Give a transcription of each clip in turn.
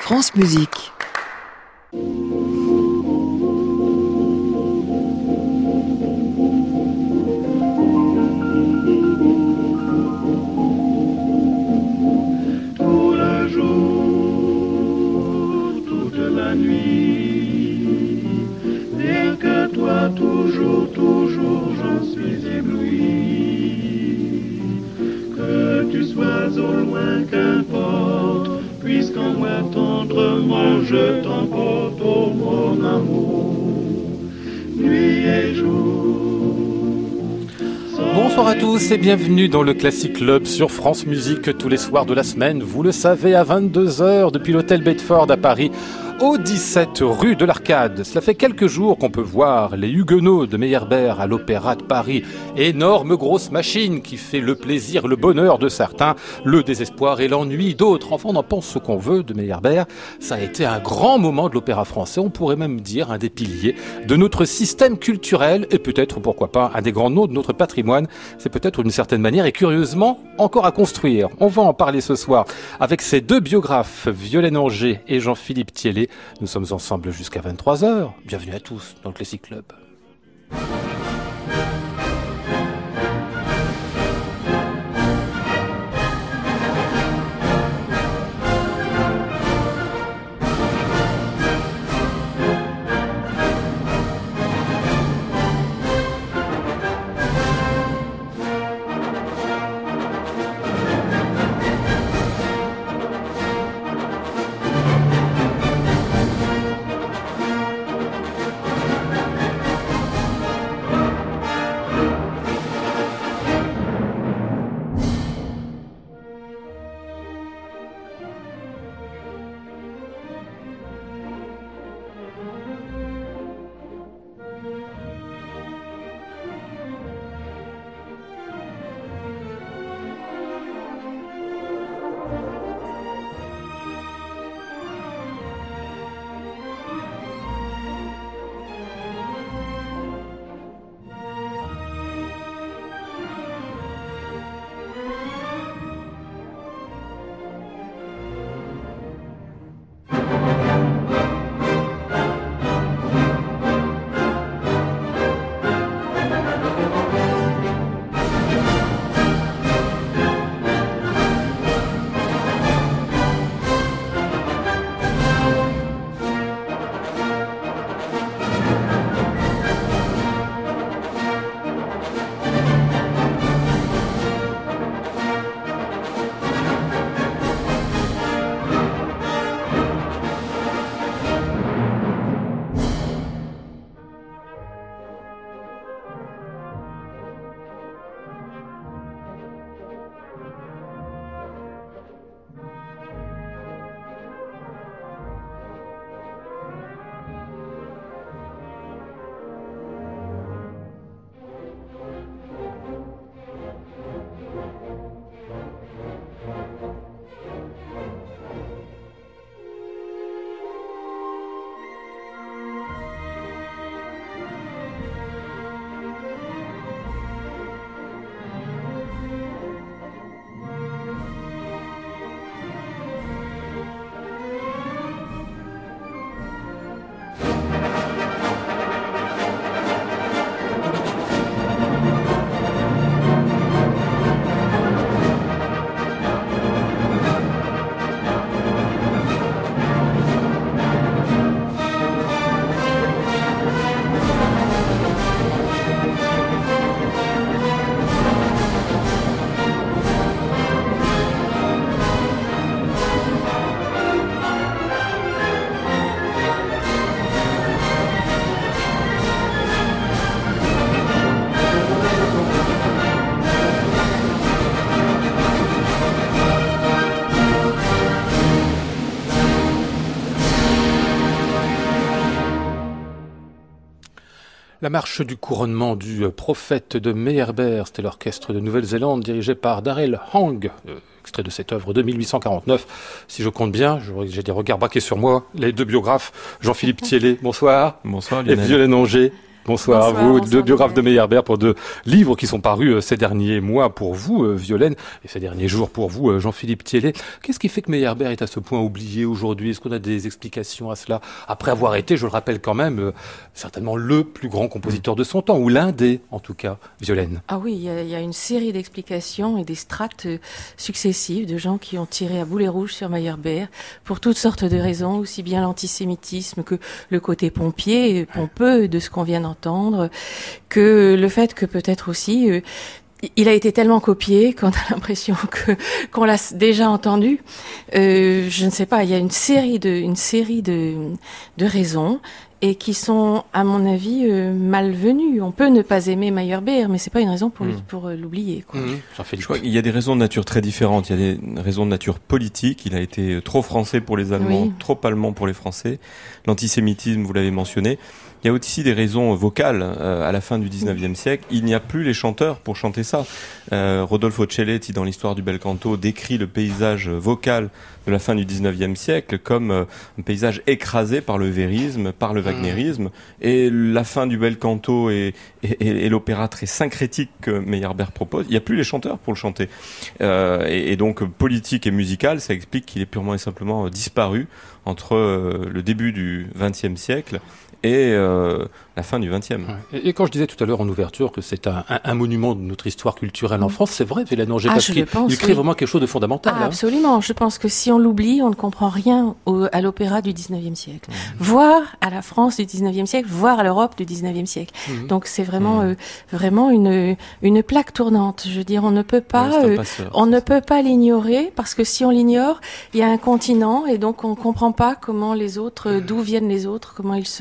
France Musique. Tout le jour, toute la nuit, rien que toi, toujours, toujours, j'en suis ébloui. Que tu sois au loin, qu'importe, puisqu'en moi tendrement je t'emporte, oh mon amour, nuit et jour. Bonsoir à tous et bienvenue dans le Classic Club sur France Musique tous les soirs de la semaine. Vous le savez, à 22h depuis l'hôtel Bedford à Paris, au 17 rue de l'Arcade. Cela fait quelques jours qu'on peut voir les Huguenots de Meyerbeer à l'Opéra de Paris. Énorme grosse machine qui fait le plaisir, le bonheur de certains, le désespoir et l'ennui d'autres. Enfin, on en pense ce qu'on veut de Meyerbeer. Ça a été un grand moment de l'opéra français. On pourrait même dire un des piliers de notre système culturel et peut-être, pourquoi pas, un des grands noms de notre patrimoine. C'est peut-être d'une certaine manière et curieusement encore à construire. On va en parler ce soir avec ces deux biographes, Violaine Angers et Jean-Philippe Thiellet. Nous sommes ensemble jusqu'à 23h. Bienvenue à tous dans le Classic Club. La marche du couronnement du prophète de Meyerbeer, c'était l'orchestre de Nouvelle-Zélande dirigé par Darrell Hang, extrait de cette œuvre de 1849. Si je compte bien, j'ai des regards braqués sur moi, les deux biographes, Jean-Philippe Thiellet, bonsoir. Bonsoir Lionel. Et Violaine Angers. Bonsoir à vous, deux biographes de Meyerbeer pour deux livres qui sont parus ces derniers mois pour vous, Violaine, et ces derniers jours pour vous, Jean-Philippe Thiellet. Qu'est-ce qui fait que Meyerbeer est à ce point oublié aujourd'hui? Est-ce qu'on a des explications à cela? Après avoir été, je le rappelle quand même, certainement le plus grand compositeur de son temps, ou l'un des, en tout cas, Violaine. Ah oui, il y a une série d'explications et des strates successives de gens qui ont tiré à boulet rouge sur Meyerbeer pour toutes sortes de raisons, aussi bien l'antisémitisme que le côté pompeux de ce qu'on vient d'entendre, que le fait que peut-être aussi il a été tellement copié qu'on a l'impression qu'on l'a déjà entendu. Je ne sais pas, il y a une série de raisons et qui sont, à mon avis, malvenues. On peut ne pas aimer Meyerbeer, mais c'est pas une raison pour l'oublier, quoi. Je crois qu'il y a des raisons de nature très différentes. Il y a des raisons de nature politique. Il a été trop français pour les Allemands, trop allemand pour les Français. L'antisémitisme, vous l'avez mentionné. Il y a aussi des raisons vocales. À la fin du 19e siècle, il n'y a plus les chanteurs pour chanter ça. Rodolfo Celletti, dans l'histoire du bel canto, décrit le paysage vocal de la fin du 19e siècle comme un paysage écrasé par le vérisme, par le wagnérisme. Et la fin du bel canto et l'opéra très syncrétique que Meyerbeer propose, il n'y a plus les chanteurs pour le chanter. Et donc, politique et musical, ça explique qu'il est purement et simplement disparu entre le début du 20e siècle et la fin du 20e. Et quand je disais tout à l'heure en ouverture que c'est un monument de notre histoire culturelle en France, c'est vrai, Violaine, parce qu'il crée vraiment quelque chose de fondamental. Absolument. Je pense que si on l'oublie, on ne comprend rien à l'opéra du 19e siècle. Voire à la France du 19e siècle, voire à l'Europe du 19e siècle. Donc c'est vraiment vraiment une plaque tournante. Je veux dire, on ne peut pas ne peut pas l'ignorer, parce que si on l'ignore, il y a un continent et donc on comprend pas comment les autres, d'où viennent les autres,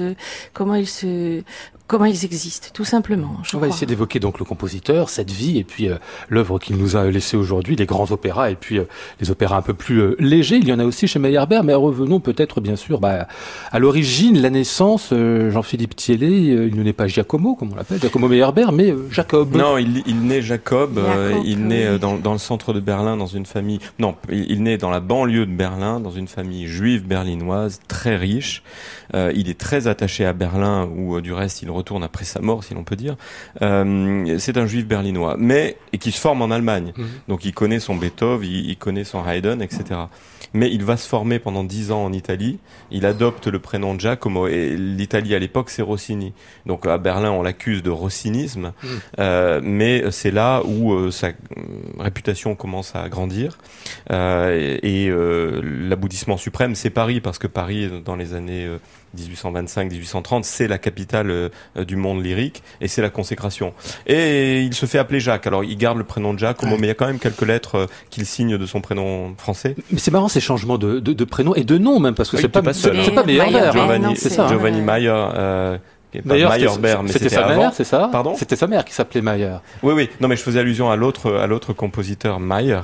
comment ils existent, tout simplement. On va essayer d'évoquer donc le compositeur, cette vie, et puis l'œuvre qu'il nous a laissée aujourd'hui, les grands opéras, et puis les opéras un peu plus légers. Il y en a aussi chez Meyerbeer, mais revenons peut-être bien sûr à l'origine, la naissance. Jean-Philippe Thiellet, il ne naît pas Giacomo, comme on l'appelle, Giacomo Meyerbeer, mais Jacob. Non, il naît Jacob. Il naît dans le centre de Berlin, dans une famille. Non, il naît dans la banlieue de Berlin, dans une famille juive berlinoise très riche. Il est très attaché à Berlin, où du reste il retourne après sa mort, si l'on peut dire. C'est un juif berlinois, et qui se forme en Allemagne. Donc il connaît son Beethoven, il connaît son Haydn, etc. Mais il va se former pendant 10 ans en Italie. Il adopte le prénom Giacomo, et l'Italie à l'époque c'est Rossini. Donc à Berlin on l'accuse de rossinisme, mais c'est là où sa réputation commence à grandir. Et l'aboutissement suprême, c'est Paris, parce que Paris, dans les années 1825-1830, c'est la capitale du monde lyrique, et c'est la consécration. Et il se fait appeler Jacques. Alors il garde le prénom de Giacomo, mais il y a quand même quelques lettres qu'il signe de son prénom français. Mais c'est marrant ces changements de prénom et de nom même, parce que c'est pas Meyerbeer. Giovanni Meyer. Meyerbeer, mais c'était sa mère, avant. C'est ça? Pardon? C'était sa mère qui s'appelait Meyer. Oui. Non, mais je faisais allusion à l'autre compositeur Meyer,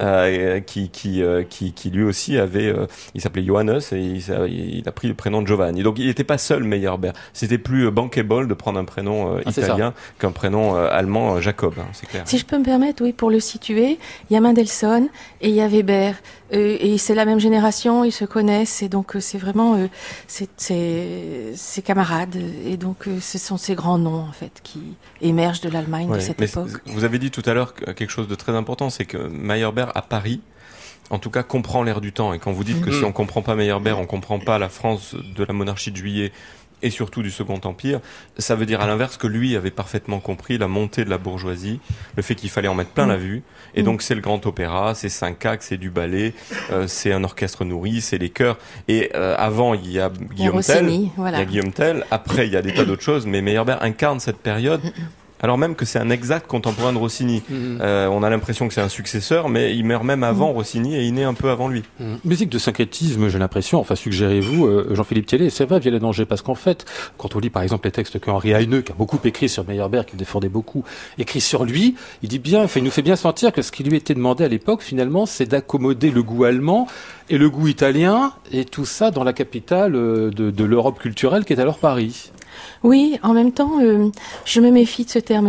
qui lui aussi avait, il s'appelait Johannes, et il a pris le prénom de Giovanni. Donc il n'était pas seul Meyerbeer. C'était plus bankable de prendre un prénom italien qu'un prénom allemand, Jacob, c'est clair. Si je peux me permettre, oui, pour le situer, il y a Mendelssohn et il y a Weber. Et c'est la même génération, ils se connaissent, et donc c'est vraiment ses camarades, et donc ce sont ces grands noms en fait qui émergent de l'Allemagne de cette époque. Vous avez dit tout à l'heure quelque chose de très important, c'est que Meyerbeer à Paris, en tout cas, comprend l'air du temps. Et quand vous dites que si on comprend pas Meyerbeer, on comprend pas la France de la monarchie de Juillet, et surtout du Second Empire, ça veut dire à l'inverse que lui avait parfaitement compris la montée de la bourgeoisie, le fait qu'il fallait en mettre plein la vue, et donc c'est le grand opéra, c'est 5 actes, c'est du ballet, c'est un orchestre nourri, c'est les chœurs, et avant il y a Guillaume Tell, après il y a des tas d'autres choses, mais Meyerbeer incarne cette période, alors même que c'est un exact contemporain de Rossini. On a l'impression que c'est un successeur, mais il meurt même avant Rossini, et il naît un peu avant lui. Musique de syncrétisme, j'ai l'impression, enfin suggérez-vous, Jean-Philippe Thiellet, c'est vrai, Violaine Danger, parce qu'en fait, quand on lit par exemple les textes qu'Henri Heine, qui a beaucoup écrit sur Meyerbeer, qu'il défendait beaucoup, écrit sur lui, il dit bien, il nous fait bien sentir que ce qui lui était demandé à l'époque, finalement, c'est d'accommoder le goût allemand et le goût italien, et tout ça dans la capitale de l'Europe culturelle qui est alors Paris. Oui, en même temps, je me méfie de ce terme-là.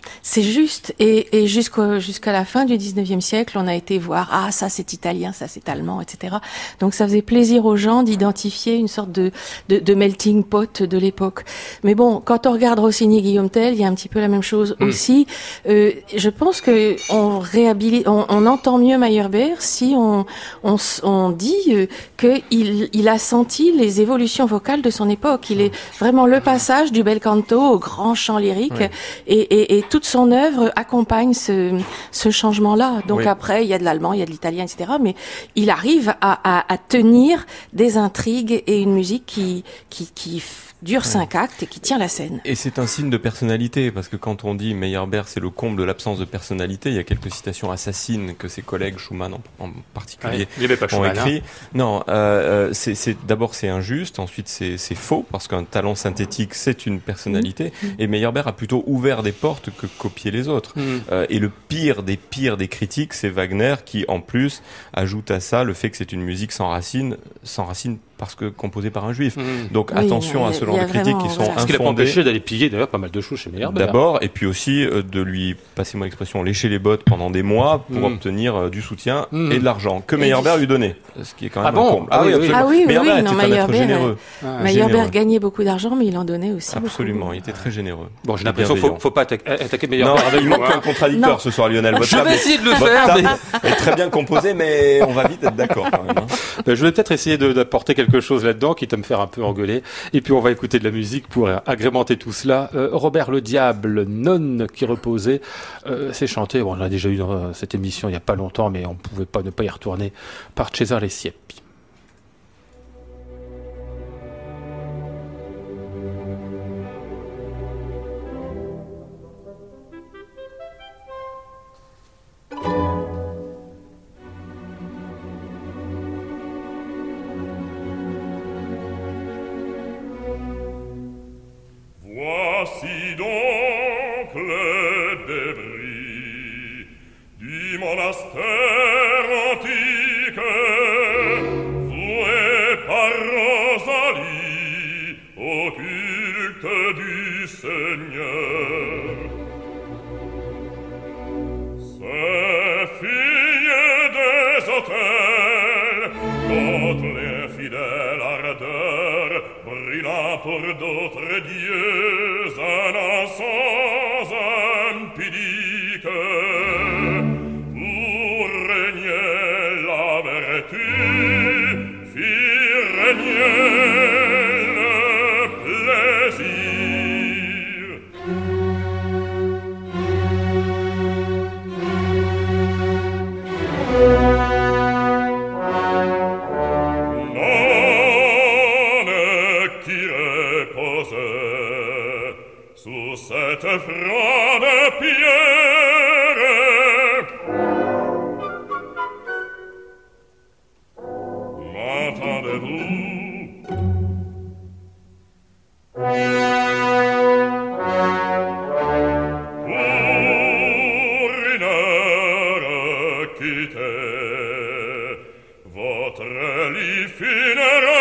C'est juste, et jusqu'à la fin du 19e siècle, on a été voir, ça c'est italien, ça c'est allemand, etc. Donc ça faisait plaisir aux gens d'identifier une sorte de melting pot de l'époque. Mais bon, quand on regarde Rossini, Guillaume Tell, il y a un petit peu la même chose aussi. Je pense que on entend mieux Meyerbeer si on dit qu'il a senti les évolutions vocales de son époque. Il est vraiment le passage du bel canto au grand chant lyrique, et toute son œuvre accompagne ce changement-là. Donc après, il y a de l'allemand, il y a de l'italien, etc. Mais il arrive à tenir des intrigues et une musique qui dure 5 actes et qui tient la scène. Et c'est un signe de personnalité, parce que quand on dit Meyerbeer, c'est le comble de l'absence de personnalité, il y a quelques citations assassines que ses collègues, Schumann en particulier, ont écrit. Non, d'abord c'est injuste, ensuite c'est faux, parce qu'un talent synthétique, c'est une personnalité, et Meyerbeer a plutôt ouvert des portes que copié les autres. Et le pire des critiques, c'est Wagner, qui en plus ajoute à ça le fait que c'est une musique sans racines parce que composée par un juif. Donc attention à ce genre de critiques qui sont infondées. Ce qui l'a pas empêché d'aller piller d'ailleurs pas mal de choses chez Meyerbeer. D'abord, et puis aussi de lui, passez-moi l'expression, lécher les bottes pendant des mois pour obtenir du soutien et de l'argent que Meyerbeer lui donnait. Ce qui est quand même un comble. Meyerbeer était un être généreux. Meyerbeer gagnait beaucoup d'argent, mais il en donnait aussi Absolument, beaucoup. Il était très généreux. Bon, j'ai l'impression qu'il faut pas attaquer Meyerbeer. Non, il manque un contradicteur ce soir, Lionel. Je vais essayer de le faire. Votre table est très bien composée, mais on va vite être d'accord quand même. Je vais peut-être essayer d'apporter quelque chose là-dedans, quitte à me faire un peu engueuler. Et puis on va écouter de la musique pour agrémenter tout cela. Robert Le Diable, Nonne qui reposait, c'est chanté. Bon, on l'a déjà eu dans cette émission il y a pas longtemps, mais on pouvait pas ne pas y retourner, par Cesare Siepi. Voici donc le débris du monastère antique, voué par Rosalie au culte du Seigneur. Ces filles des autels, contre l'infidèle ardeur, brûlant pour d'autres dieux un encens impudique, pour régner la vertu, fit régner le plaisir. Sous cette froide pierre, m'entendez-vous? Pour une heure quitter votre lit funéraire,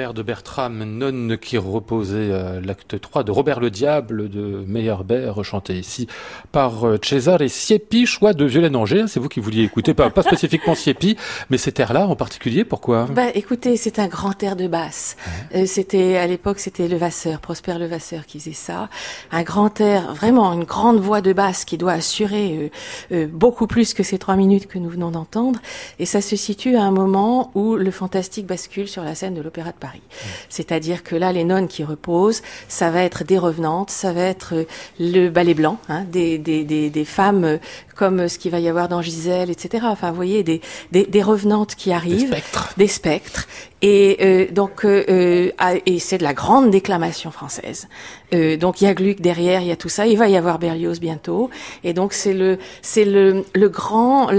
air de Bertram, Nonne qui reposait l'acte 3 de Robert le Diable de Meyerbeer, chanté ici par Cesare Siepi, choix de Violaine Angers. C'est vous qui vouliez écouter, pas spécifiquement Siepi, mais cet air-là en particulier, pourquoi? Écoutez, c'est un grand air de basse. À l'époque, c'était Levasseur, Prosper Levasseur qui faisait ça. Un grand air, vraiment une grande voix de basse qui doit assurer beaucoup plus que ces 3 minutes que nous venons d'entendre. Et ça se situe à un moment où le fantastique bascule sur la scène de l'Opéra de Paris. C'est-à-dire que là, les nonnes qui reposent, ça va être des revenantes, ça va être le ballet blanc, des femmes comme ce qu'il va y avoir dans Gisèle, etc. Enfin, vous voyez, des revenantes qui arrivent, des spectres. Et et c'est de la grande déclamation française. Donc il y a Gluck derrière, il y a tout ça. Il va y avoir Berlioz bientôt. Et donc c'est le grand,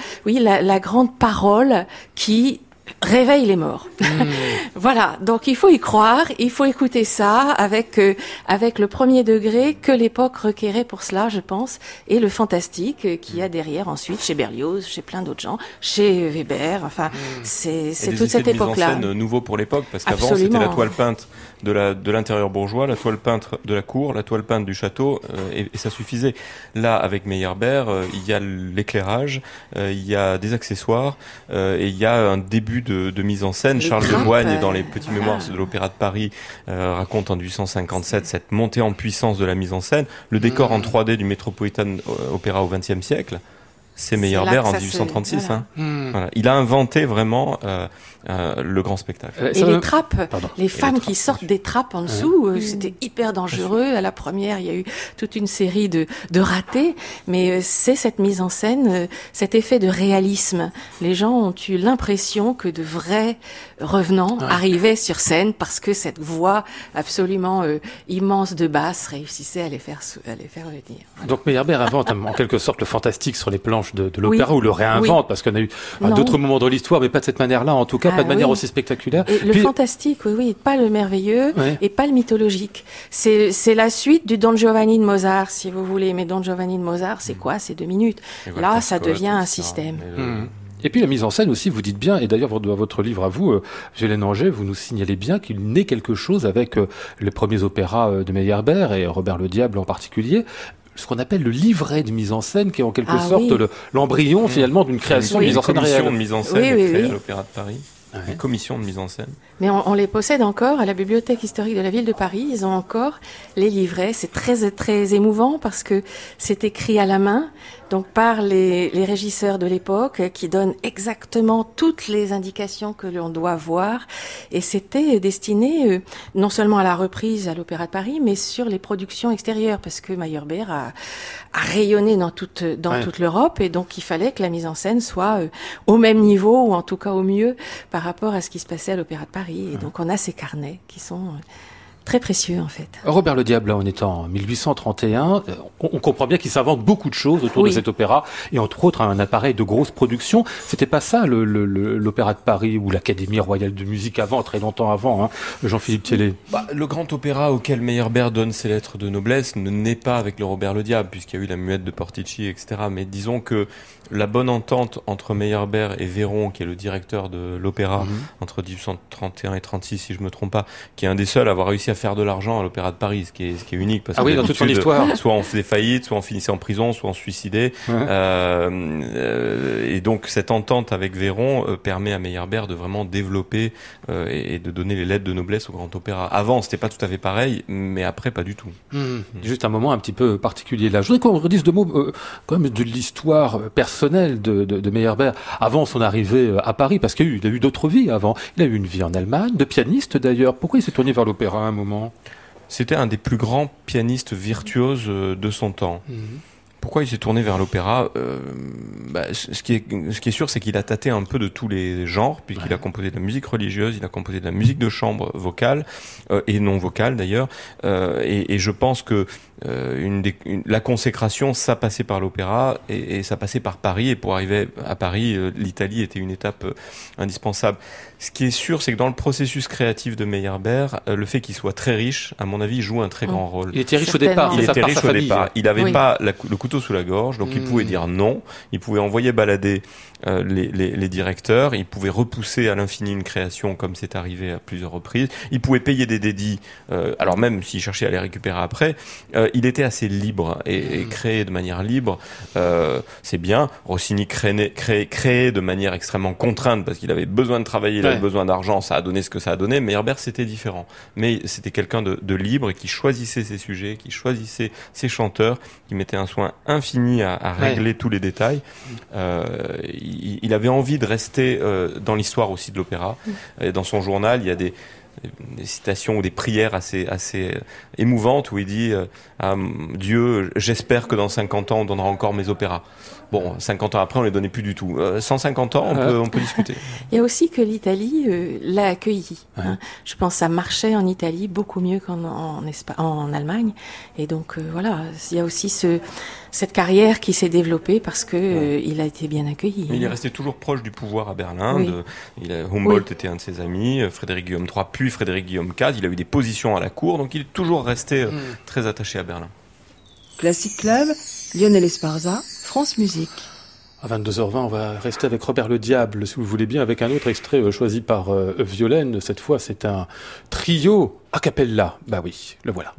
la grande parole qui réveille les morts. Voilà. Donc il faut y croire, il faut écouter ça avec le premier degré que l'époque requérait pour cela, je pense, et le fantastique qu'il y a derrière ensuite chez Berlioz, chez plein d'autres gens, chez Weber. Enfin, c'est toute cette époque-là. Mise en scène nouveau pour l'époque, parce qu'avant c'était la toile peinte de l'intérieur bourgeois, la toile peinte de la cour, la toile peinte du château, et ça suffisait. Là, avec Meyerbeer, il y a l'éclairage, il y a des accessoires, et il y a un début de mise en scène. Charles de Boigne, dans les petits mémoires de l'Opéra de Paris, raconte en 1857 cette montée en puissance de la mise en scène. Le décor en 3D du Metropolitan Opera au XXe siècle, c'est Meyerbeer en 1836. Voilà. Il a inventé vraiment le grand spectacle. Et les trappes, les femmes qui sortent des trappes en dessous, c'était hyper dangereux. À la première, il y a eu toute une série de ratés, mais c'est cette mise en scène, cet effet de réalisme. Les gens ont eu l'impression que de vrais revenants arrivaient sur scène parce que cette voix absolument immense de basse réussissait à les faire revenir. Voilà. Donc Meyerbeer invente en quelque sorte le fantastique sur les planches de l'opéra, ou le réinvente, parce qu'on a eu à d'autres moments dans l'histoire, mais pas de cette manière-là, en tout cas, pas de manière aussi spectaculaire. Et le fantastique, pas le merveilleux, et pas le mythologique. C'est la suite du Don Giovanni de Mozart, si vous voulez. Mais Don Giovanni de Mozart, c'est quoi? C'est 2 minutes. Là, ça devient un système. Et puis la mise en scène aussi, vous dites bien, et d'ailleurs dans votre livre à vous, Violaine Angers, vous nous signalez bien qu'il naît quelque chose avec les premiers opéras de Meyerbeer, et Robert le Diable en particulier, ce qu'on appelle le livret de mise en scène, qui est en quelque sorte l'embryon finalement d'une création de mise en scène réelle. Une commission de mise en scène est créée à l'Opéra de Paris. Une commission de mise en scène. Mais on les possède encore à la Bibliothèque historique de la ville de Paris. Ils ont encore les livrets. C'est très, très émouvant parce que c'est écrit à la main, donc par les régisseurs de l'époque qui donnent exactement toutes les indications que l'on doit voir. Et c'était destiné non seulement à la reprise à l'Opéra de Paris, mais sur les productions extérieures, parce que Meyerbeer a rayonné dans toute l'Europe, et donc il fallait que la mise en scène soit au même niveau, ou en tout cas au mieux, par rapport à ce qui se passait à l'Opéra de Paris. Et donc on a ces carnets qui sont très précieux en fait. Robert le Diable, là, on est en 1831, on comprend bien qu'il s'invente beaucoup de choses autour de cet opéra, et entre autres un appareil de grosse production. C'était pas ça l'Opéra de Paris ou l'Académie royale de musique avant, très longtemps avant, Jean-Philippe Thiellet. Le grand opéra auquel Meyerbeer donne ses lettres de noblesse ne naît pas avec le Robert le Diable, puisqu'il y a eu la Muette de Portici, etc. Mais disons que la bonne entente entre Meyerbeer et Véron, qui est le directeur de l'opéra, entre 1831 et 36, si je me trompe pas, qui est un des seuls à avoir réussi à faire de l'argent à l'Opéra de Paris, ce qui est unique, parce que dans toute son histoire, soit on faisait faillite, soit on finissait en prison, soit on se suicidait. Et donc cette entente avec Véron permet à Meyerbeer de vraiment développer et de donner les lettres de noblesse au grand opéra. Avant, c'était pas tout à fait pareil, mais après, pas du tout. Juste un moment un petit peu particulier là. Je voudrais qu'on redise 2 mots quand même de l'histoire personnelle de Meyerbeer avant son arrivée à Paris, parce qu'il a eu d'autres vies avant. Il a eu une vie en Allemagne, de pianiste d'ailleurs. Pourquoi il s'est tourné vers l'opéra à un moment? C'était un des plus grands pianistes virtuoses de son temps. Pourquoi il s'est tourné vers l'opéra? Ce qui est sûr, c'est qu'il a tâté un peu de tous les genres, puisqu'il a composé de la musique religieuse, il a composé de la musique de chambre vocale, et non vocale d'ailleurs, et je pense que la consécration, ça passait par l'opéra, et ça passait par Paris, et pour arriver à Paris, l'Italie était une étape indispensable. Ce qui est sûr, c'est que dans le processus créatif de Meyerbeer, le fait qu'il soit très riche, à mon avis, joue un très grand rôle. Il était riche au départ. Il était riche au départ. Il n'avait pas le couteau sous la gorge, donc il pouvait dire non. Il pouvait envoyer balader les directeurs. Il pouvait repousser à l'infini une création, comme c'est arrivé à plusieurs reprises. Il pouvait payer des dédits, alors même s'il cherchait à les récupérer après. Il était assez libre et créait de manière libre. C'est bien. Rossini créait de manière extrêmement contrainte parce qu'il avait besoin de travailler, il avait besoin d'argent. Ça a donné ce que ça a donné. Meyerbeer, c'était différent. Mais c'était quelqu'un de libre et qui choisissait ses sujets, qui choisissait ses chanteurs, qui mettait un soin infini à régler tous les détails. Il avait envie de rester dans l'histoire aussi de l'opéra. Et dans son journal, il y a des citations ou des prières assez émouvantes où il dit Dieu, j'espère que dans 50 ans on donnera encore mes opéras. Bon, 50 ans après, on les donnait plus du tout. 150 ans, on peut discuter. Il y a aussi que l'Italie l'a accueilli. Hein. Je pense que ça marchait en Italie beaucoup mieux en Allemagne. Et donc, voilà, il y a aussi cette carrière qui s'est développée parce que il a été bien accueilli. Mais il est resté toujours proche du pouvoir à Berlin. Humboldt était un de ses amis, Frédéric Guillaume III, puis Frédéric Guillaume IV. Il a eu des positions à la cour, donc il est toujours resté très attaché à Berlin. Classic Club, Lionel Esparza, France Musique. À 22h20, on va rester avec Robert le Diable, si vous voulez bien, avec un autre extrait choisi par Violaine. Cette fois, c'est un trio a cappella. Bah oui, le voilà.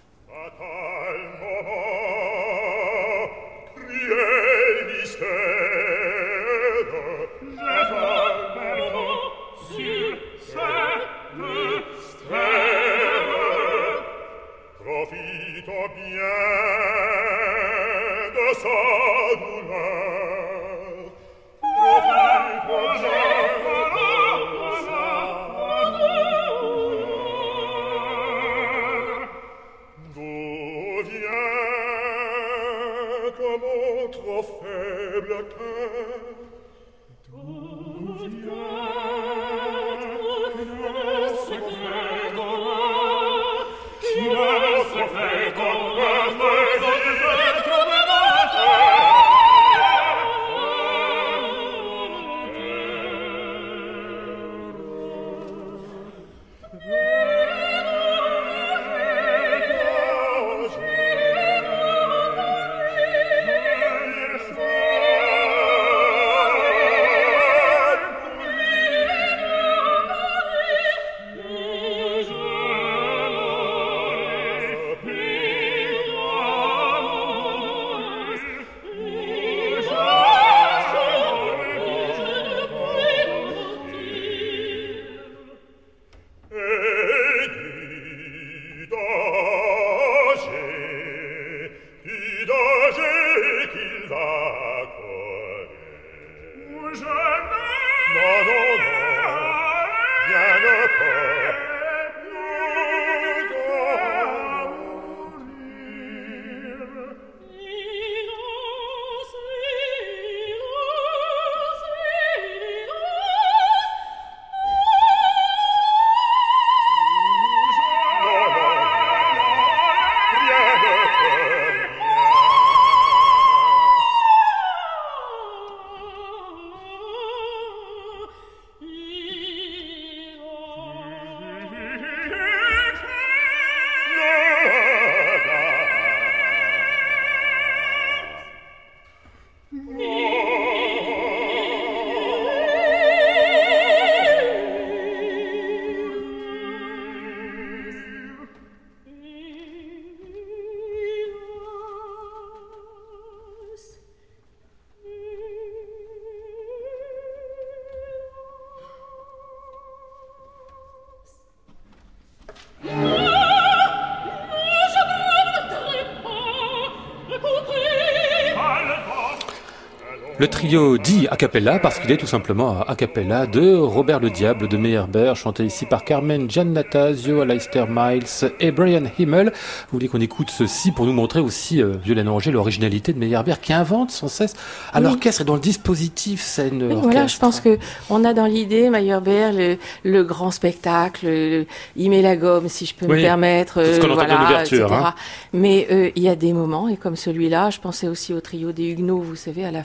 Le trio dit a cappella parce qu'il est tout simplement a cappella de Robert le Diable de Meyerbeer, chanté ici par Carmen Giannattasio, Aleister Miles et Brian Himmel. Vous voulez qu'on écoute ceci pour nous montrer aussi, Violaine Angers, l'originalité de Meyerbeer qui invente sans cesse à l'orchestre et dans le dispositif scène orchestre. Voilà, je pense que on a dans l'idée Meyerbeer le grand spectacle, il met la gomme si je peux me permettre, ce qu'on entend dans l'ouverture, etc. Hein. Mais il y a des moments et comme celui-là, je pensais aussi au trio des Huguenots, vous savez, à la fin.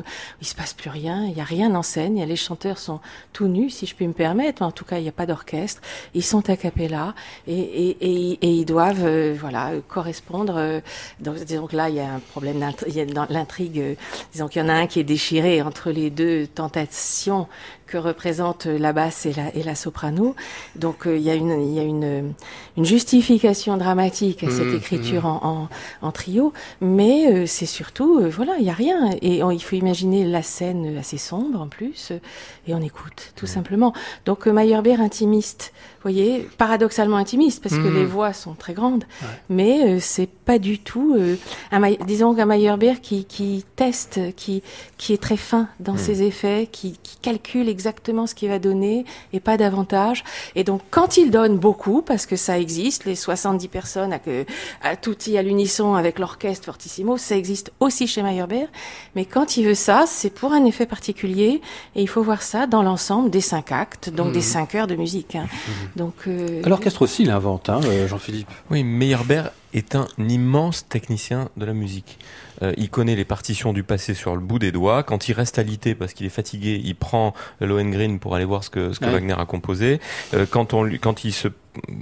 il se passe plus rien, il y a rien en scène, les chanteurs sont tout nus, si je puis me permettre, mais en tout cas, il n'y a pas d'orchestre, ils sont a cappella et ils doivent, correspondre. Donc, disons que là, il y a un problème dans l'intrigue, disons qu'il y en a un qui est déchiré entre les deux tentations que représente la basse et la soprano. Donc il y a une justification dramatique à cette écriture en trio, mais c'est surtout il y a rien et il faut imaginer la scène assez sombre en plus et on écoute tout simplement. Donc Meyerbeer intimiste, vous voyez, paradoxalement intimiste parce que les voix sont très grandes, mais c'est pas du tout disons qu'un Meyerbeer qui teste, qui est très fin dans ses effets, qui calcule exactement ce qu'il va donner et pas davantage. Et donc, quand il donne beaucoup, parce que ça existe, les 70 personnes à tutti à l'unisson avec l'orchestre fortissimo, ça existe aussi chez Meyerbeer. Mais quand il veut ça, c'est pour un effet particulier et il faut voir ça dans l'ensemble des 5 actes, donc des 5 heures de musique. Donc, l'orchestre aussi l'invente, Jean-Philippe. Oui, Meyerbeer est un immense technicien de la musique. Il connaît les partitions du passé sur le bout des doigts. Quand il reste alité parce qu'il est fatigué, il prend Lohengrin pour aller voir ce que Wagner a composé. Quand il se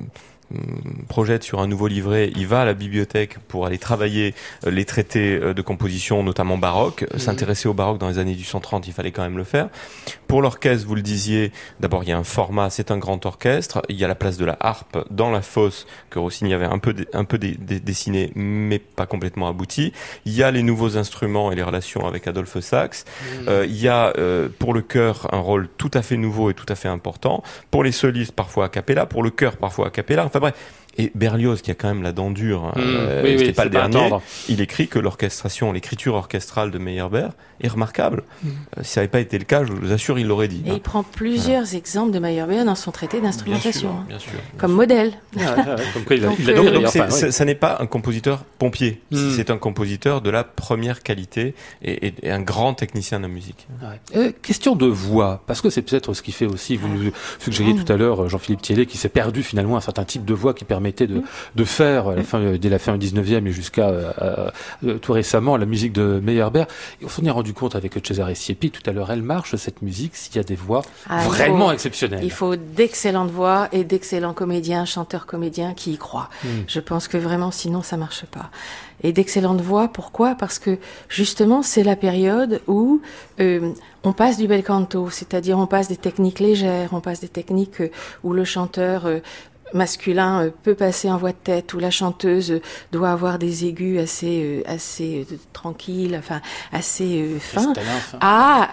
projette sur un nouveau livret, il va à la bibliothèque pour aller travailler les traités de composition, notamment baroque. S'intéresser au baroque dans les années 1830, il fallait quand même le faire. Pour l'orchestre, vous le disiez, d'abord il y a un format, c'est un grand orchestre, il y a la place de la harpe dans la fosse que Rossini avait un peu dessiné, mais pas complètement abouti. Il y a les nouveaux instruments et les relations avec Adolphe Sax. Il y a pour le chœur un rôle tout à fait nouveau et tout à fait important. Pour les solistes, parfois a cappella, pour le chœur, parfois a cappella. Enfin bref. Et Berlioz, qui a quand même la dent dure, c'était pas le dernier, il écrit que l'écriture orchestrale de Meyerbeer est remarquable. Si ça n'avait pas été le cas, je vous assure, il l'aurait dit. Et il prend plusieurs exemples de Meyerbeer dans son traité d'instrumentation. Bien sûr. Comme modèle. Comme quoi il ça n'est pas un compositeur pompier. C'est un compositeur de la première qualité et un grand technicien de la musique. Question de voix, parce que c'est peut-être ce qui fait aussi, vous nous suggériez tout à l'heure, Jean-Philippe Thiellet, qui s'est perdu finalement un certain type de voix qui permettait de faire dès la fin du 19e et jusqu'à tout récemment la musique de Meyerbeer. Et on s'en est rendu compte avec Cesare Siepi tout à l'heure, elle marche cette musique s'il y a des voix vraiment exceptionnelles. Il faut d'excellentes voix et d'excellents comédiens, chanteurs-comédiens qui y croient. Je pense que vraiment sinon ça marche pas. Et d'excellentes voix, pourquoi ? Parce que justement c'est la période où on passe du bel canto, c'est-à-dire on passe des techniques légères, on passe des techniques où le chanteur masculin peut passer en voix de tête, où la chanteuse doit avoir des aigus assez tranquilles, enfin assez fins, à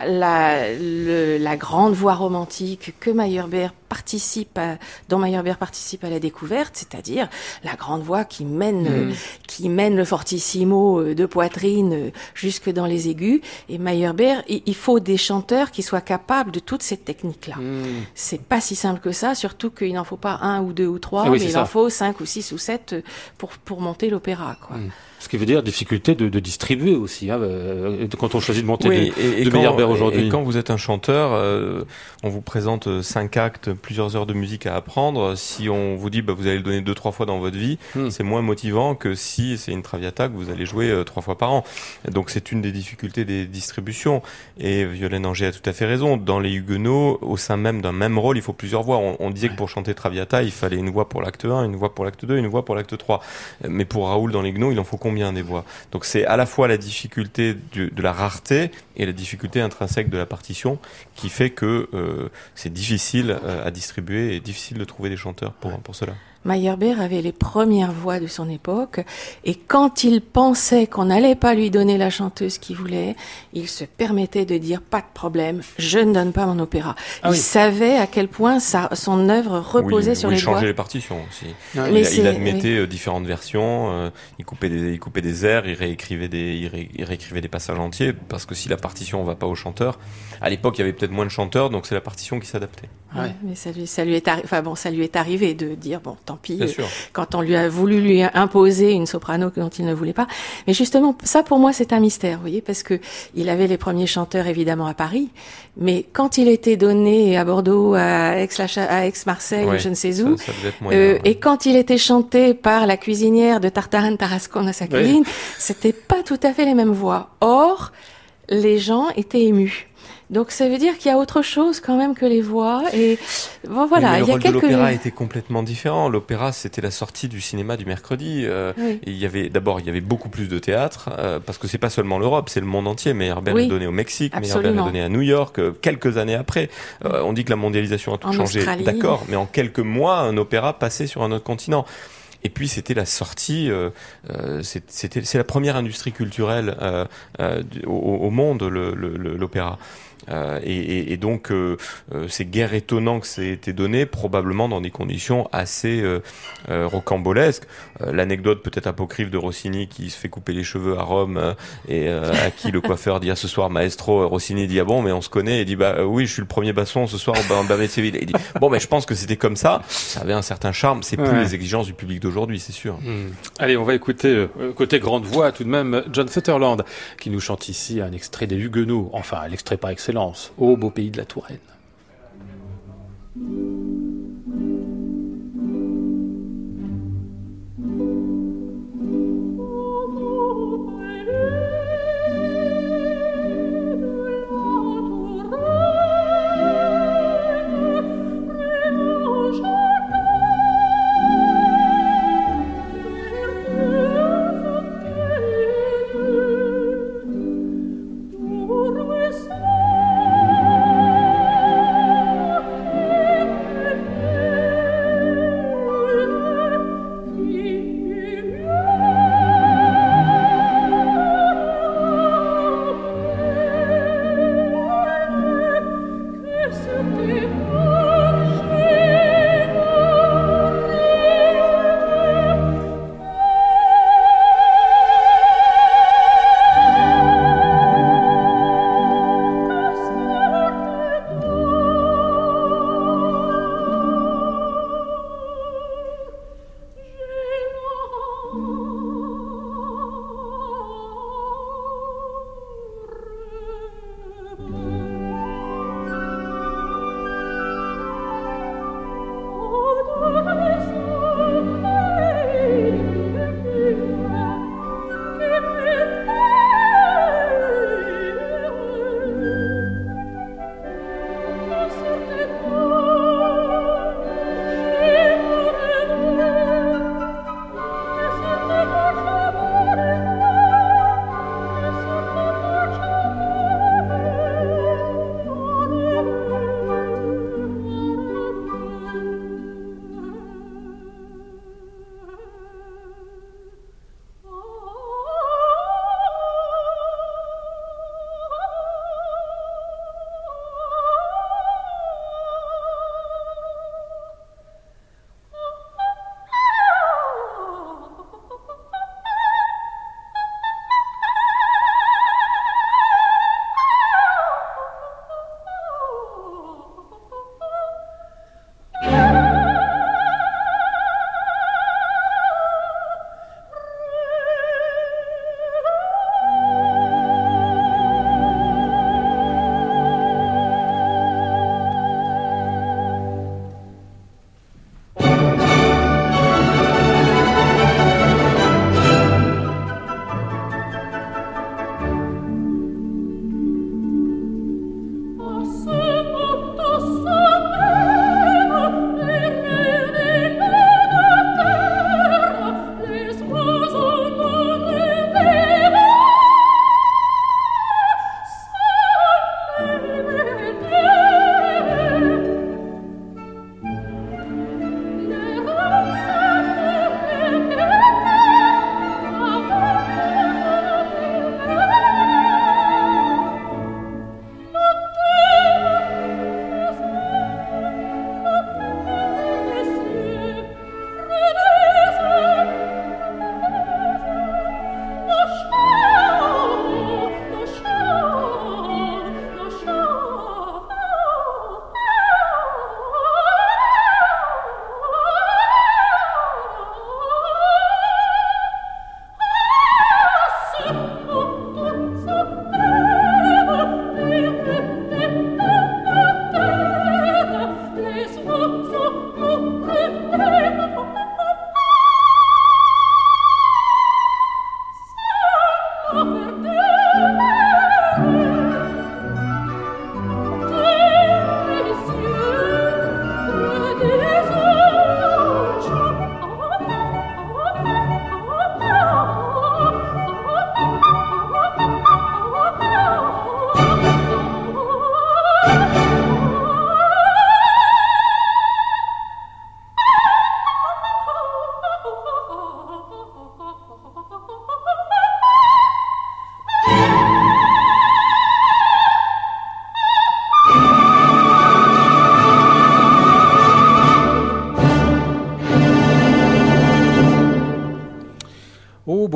la grande voix romantique que dont Meyerbeer participe à la découverte, c'est-à-dire la grande voix qui mène le fortissimo de poitrine jusque dans les aigus. Et Meyerbeer, il faut des chanteurs qui soient capables de toutes ces techniques-là. C'est pas si simple que ça, surtout qu'il n'en faut pas 1 ou 2 ou 3, mais il en faut 5 ou 6 ou 7 pour monter l'opéra, quoi. Ce qui veut dire difficulté de distribuer aussi, quand on choisit de monter de Meyerbeer aujourd'hui. Et quand vous êtes un chanteur, on vous présente 5 actes, plusieurs heures de musique à apprendre. Si on vous dit vous allez le donner 2-3 fois dans votre vie, c'est moins motivant que si c'est une Traviata que vous allez jouer 3 fois par an. Donc c'est une des difficultés des distributions. Et Violaine Angers a tout à fait raison. Dans les Huguenots, au sein même d'un même rôle, il faut plusieurs voix. On disait que pour chanter Traviata, il fallait une voix pour l'acte 1, une voix pour l'acte 2, une voix pour l'acte 3. Mais pour Raoul dans les Huguenots, il en faut combien des voix? Donc c'est à la fois la difficulté de la rareté et la difficulté intrinsèque de la partition qui fait que c'est difficile à distribuer et difficile de trouver des chanteurs pour cela. Meyerbeer avait les premières voix de son époque, et quand il pensait qu'on n'allait pas lui donner la chanteuse qu'il voulait, il se permettait de dire pas de problème, je ne donne pas mon opéra. Il savait à quel point son œuvre reposait sur les voix. Il changeait les partitions aussi. Il admettait différentes versions, il coupait des airs, il réécrivait des passages entiers, parce que si la partition va pas au chanteur, à l'époque il y avait peut-être moins de chanteurs, donc c'est la partition qui s'adaptait. Mais ça lui est arrivé de dire tant pis, quand on lui a voulu lui imposer une soprano dont il ne voulait pas. Mais justement, ça pour moi c'est un mystère, vous voyez, parce que il avait les premiers chanteurs évidemment à Paris, mais quand il était donné à Bordeaux, à Aix-Marseille, je ne sais où, ça devait être moyen, et quand il était chanté par la cuisinière de Tartarin Tarascon à sa cuisine, c'était pas tout à fait les mêmes voix. Or, les gens étaient émus. Donc ça veut dire qu'il y a autre chose quand même que les voix. Et bon, voilà, mais il y a rôle de l'opéra était complètement différent. L'opéra, c'était la sortie du cinéma du mercredi. Oui. Et il y avait beaucoup plus de théâtre, parce que c'est pas seulement l'Europe, c'est le monde entier. Meyerbeer est donné au Mexique, Meyerbeer est donné à New York, quelques années après. On dit que la mondialisation a tout changé, Australie. D'accord, mais en quelques mois, un opéra passait sur un autre continent. Et puis c'était la sortie, c'est la première industrie culturelle au monde, l'opéra. Et donc c'est guère étonnant que ça ait été donné, probablement dans des conditions assez rocambolesques. L'anecdote peut-être apocryphe de Rossini qui se fait couper les cheveux à Rome et à qui le coiffeur dit ce soir maestro, Rossini dit bon mais on se connaît, et dit oui je suis le premier basson ce soir au Ballet de Séville. Il dit bon mais je pense que c'était comme ça avait un certain charme, c'est plus les exigences du public d'aujourd'hui, c'est sûr. Allez, on va écouter côté grande voix tout de même John Sutherland qui nous chante ici un extrait des Huguenots, enfin l'extrait par excellence, Ô beau pays de la Touraine.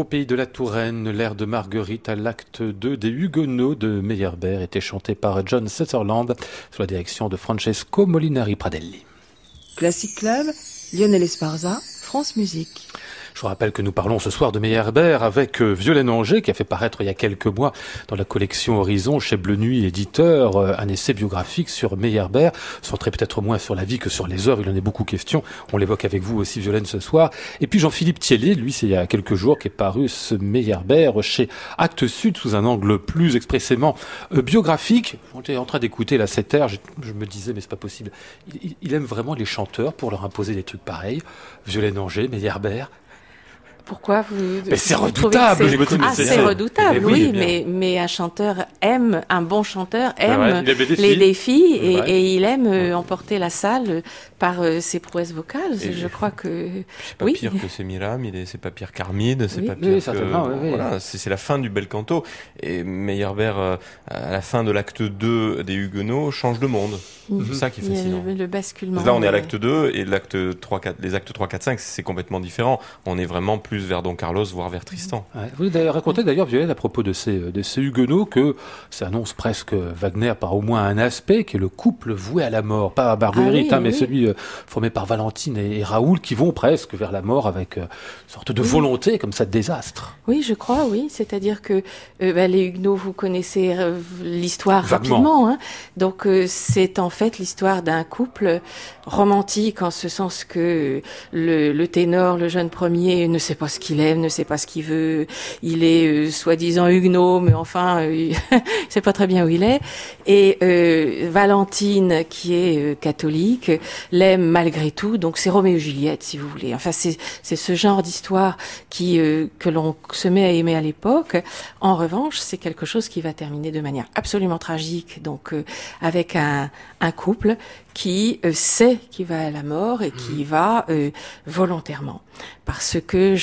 pays de la Touraine, l'air de Marguerite à l'acte 2 des Huguenots de Meyerbeer était chanté par John Sutherland sous la direction de Francesco Molinari Pradelli. Classic Club, Lionel Esparza, France Musique. Je vous rappelle que nous parlons ce soir de Meyerbeer avec Violaine Angers qui a fait paraître il y a quelques mois dans la collection Horizon chez Bleu Nuit éditeur un essai biographique sur Meyerbeer, centré peut-être moins sur la vie que sur les œuvres, il en est beaucoup question, on l'évoque avec vous aussi Violaine ce soir. Et puis Jean-Philippe Thiellet, lui c'est il y a quelques jours qu'est paru ce Meyerbeer chez Actes Sud sous un angle plus expressément biographique. On était en train d'écouter la 7h, je me disais mais c'est pas possible, il aime vraiment les chanteurs pour leur imposer des trucs pareils. Violaine Angers, Meyerbeer. Pourquoi vous... Mais c'est redoutable. C'est redoutable, oui, mais un chanteur aime, un bon chanteur aime les défis et il aime emporter la salle par ses prouesses vocales. Je crois que c'est pas pire que Semiramis, c'est pas pire qu'Armide, c'est pas pire que voilà, c'est la fin du bel canto. Et Meyerbeer à la fin de l'acte 2 des Huguenots change de monde. C'est ça qui est fascinant. Le basculement. Là on est à l'acte 2 et l'acte 3 4 les actes 3 4 5 c'est complètement différent. On est vraiment plus vers Don Carlos voire vers Tristan. Ouais. Vous avez raconté d'ailleurs Violaine à propos de ces Huguenots que ça annonce presque Wagner par au moins un aspect qui est le couple voué à la mort, pas à Marguerite mais celui formé par Valentine et Raoul qui vont presque vers la mort avec une sorte de volonté comme ça de désastre. Oui, je crois, oui. C'est-à-dire que les Huguenots, vous connaissez l'histoire rapidement. Hein. Donc c'est en fait l'histoire d'un couple romantique en ce sens que le ténor, le jeune premier, ne sait pas ce qu'il aime, ne sait pas ce qu'il veut. Il est soi-disant Huguenot, mais enfin, il sait pas très bien où il est. Et Valentine, qui est catholique, l'aime malgré tout. Donc c'est Roméo et Juliette, si vous voulez. Enfin, c'est ce genre d'histoire que l'on se met à aimer à l'époque. En revanche, c'est quelque chose qui va terminer de manière absolument tragique. Donc avec un couple qui sait qu'il va à la mort et qui va volontairement parce que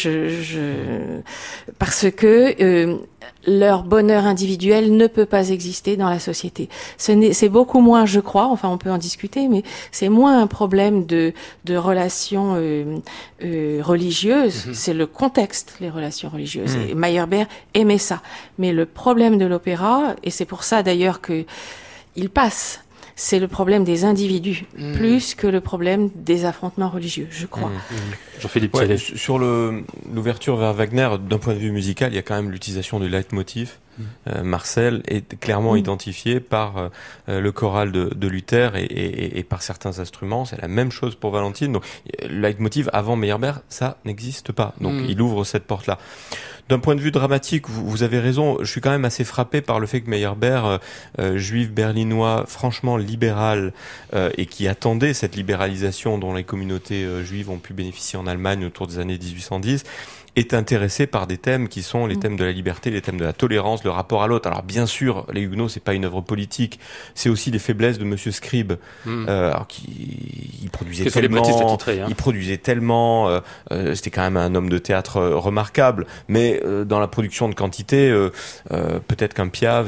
leur bonheur individuel ne peut pas exister dans la société. C'est beaucoup moins, je crois, enfin on peut en discuter, mais c'est moins un problème de relations religieuses, c'est le contexte, les relations religieuses. Et Meyerbeer aimait ça. Mais le problème de l'opéra, et c'est pour ça d'ailleurs que il passe, c'est le problème des individus, plus que le problème des affrontements religieux, je crois. Jean-Philippe sur l'ouverture vers Wagner, d'un point de vue musical, il y a quand même l'utilisation du leitmotiv. Marcel est clairement identifié par le choral de Luther et par certains instruments. C'est la même chose pour Valentine. Donc, le leitmotiv avant Meyerbeer, ça n'existe pas. Donc, il ouvre cette porte-là. D'un point de vue dramatique, vous avez raison. Je suis quand même assez frappé par le fait que Meyerbeer, juif berlinois, franchement libéral, et qui attendait cette libéralisation dont les communautés juives ont pu bénéficier en Allemagne autour des années 1810, est intéressé par des thèmes qui sont les thèmes de la liberté, les thèmes de la tolérance, le rapport à l'autre. Alors bien sûr, les Huguenots, c'est pas une œuvre politique, c'est aussi les faiblesses de Monsieur Scribe, alors il produisait tellement, c'était quand même un homme de théâtre remarquable, mais dans la production de quantité, peut-être qu'un Piave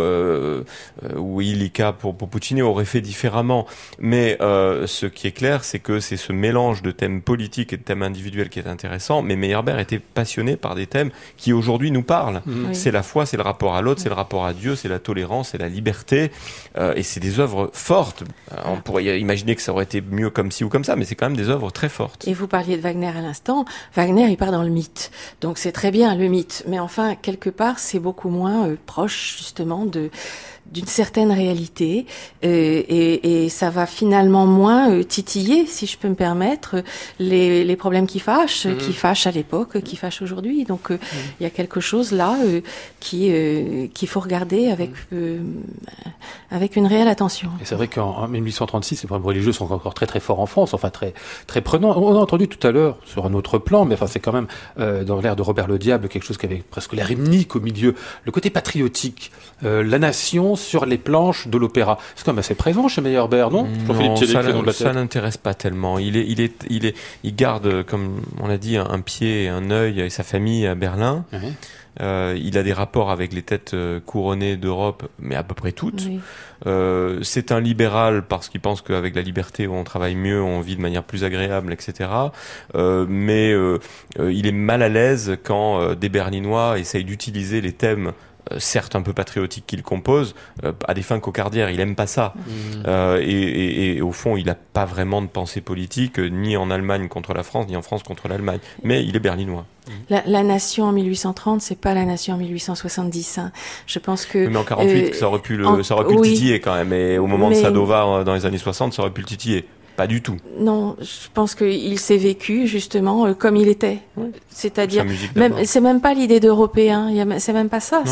ou Illica pour Puccini aurait fait différemment. Mais ce qui est clair, c'est que c'est ce mélange de thèmes politiques et de thèmes individuels qui est intéressant. Mais Meyerbeer était passionné par des thèmes qui aujourd'hui nous parlent. C'est la foi, c'est le rapport à l'autre, c'est le rapport à Dieu, c'est la tolérance, c'est la liberté, et c'est des œuvres fortes. On pourrait imaginer que ça aurait été mieux comme ci ou comme ça, mais c'est quand même des œuvres très fortes. Et vous parliez de Wagner à l'instant. Wagner, il part dans le mythe. Donc c'est très bien le mythe, mais enfin quelque part c'est beaucoup moins proche justement d'une certaine réalité et ça va finalement moins titiller, si je peux me permettre, les problèmes qui fâchent à l'époque, qui fâchent aujourd'hui. Donc il y a quelque chose là qu'il faut regarder avec une réelle attention. Et c'est vrai qu'en 1836, les problèmes religieux sont encore très très forts en France, enfin très très prenants. On a entendu tout à l'heure sur un autre plan, mais enfin c'est quand même dans l'ère de Robert le Diable quelque chose qui avait presque l'air hymnique au milieu, le côté patriotique, la nation sur les planches de l'opéra. C'est quand même assez présent chez Meyerbeer, non? Ça n'intéresse pas tellement. Il garde, comme on l'a dit, un pied et un œil et sa famille à Berlin. Il a des rapports avec les têtes couronnées d'Europe, mais à peu près toutes. Oui. C'est un libéral parce qu'il pense qu'avec la liberté on travaille mieux, on vit de manière plus agréable, etc. Mais il est mal à l'aise quand des Berlinois essayent d'utiliser les thèmes certes un peu patriotique qu'il compose, à des fins cocardières. Il aime pas ça. Et au fond, il n'a pas vraiment de pensée politique, ni en Allemagne contre la France, ni en France contre l'Allemagne. Mais il est berlinois. La nation en 1830, c'est pas la nation en 1870. Hein. Je pense que. Mais en 48, ça aurait pu le titiller quand même. Et au moment de Sadova, dans les années 60, ça aurait pu le titiller. Pas du tout. Non, je pense qu'il s'est vécu justement comme il était. Oui. C'est-à-dire, c'est même pas l'idée d'européen. C'est même pas ça.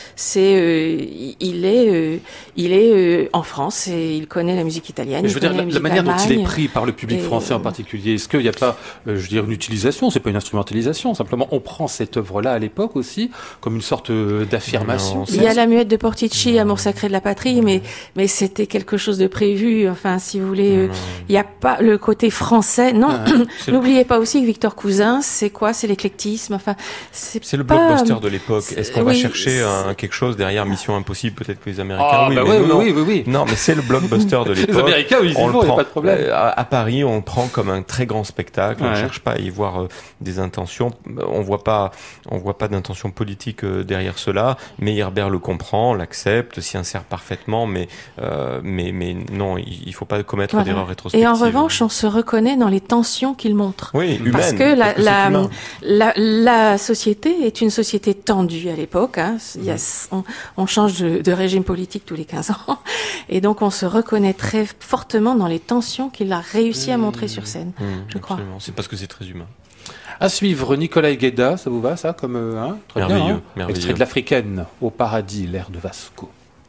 Il est en France et il connaît la musique italienne. Mais je veux dire, la manière dont il est pris par le public français en particulier, est-ce qu'il n'y a pas, une utilisation, c'est pas une instrumentalisation, simplement on prend cette œuvre-là à l'époque aussi comme une sorte d'affirmation. Il y a la muette de Portici, Amour sacré de la patrie, mais c'était quelque chose de prévu. Enfin, si vous voulez. Il n'y a pas le côté français. Non, n'oubliez pas aussi que Victor Cousin, c'est quoi? C'est l'éclectisme. Enfin, c'est le blockbuster de l'époque. Est-ce qu'on va chercher quelque chose derrière Mission Impossible? Peut-être que les Américains, oui. Non, mais c'est le blockbuster de l'époque. Les Américains, ils y vont, il n'y a pas de problème. À Paris, on le prend comme un très grand spectacle. On ne cherche pas à y voir des intentions. On voit pas d'intention politique derrière cela. Mais Herbert le comprend, l'accepte, s'y insère parfaitement. Mais non, il faut pas commettre d'erreurs rétrospectives. Et en revanche, on se reconnaît dans les tensions qu'il montre. Oui, humaines. Parce que la société est une société tendue à l'époque. Hein. On change de régime politique tous les 15 ans. Et donc, on se reconnaît très fortement dans les tensions qu'il a réussi à montrer sur scène, je crois. C'est parce que c'est très humain. À suivre, Nicolas Gueda, ça vous va, ça, comme très merveilleux, bien, merveilleux. Extrait de l'Africaine, Au paradis, l'air de Vasco.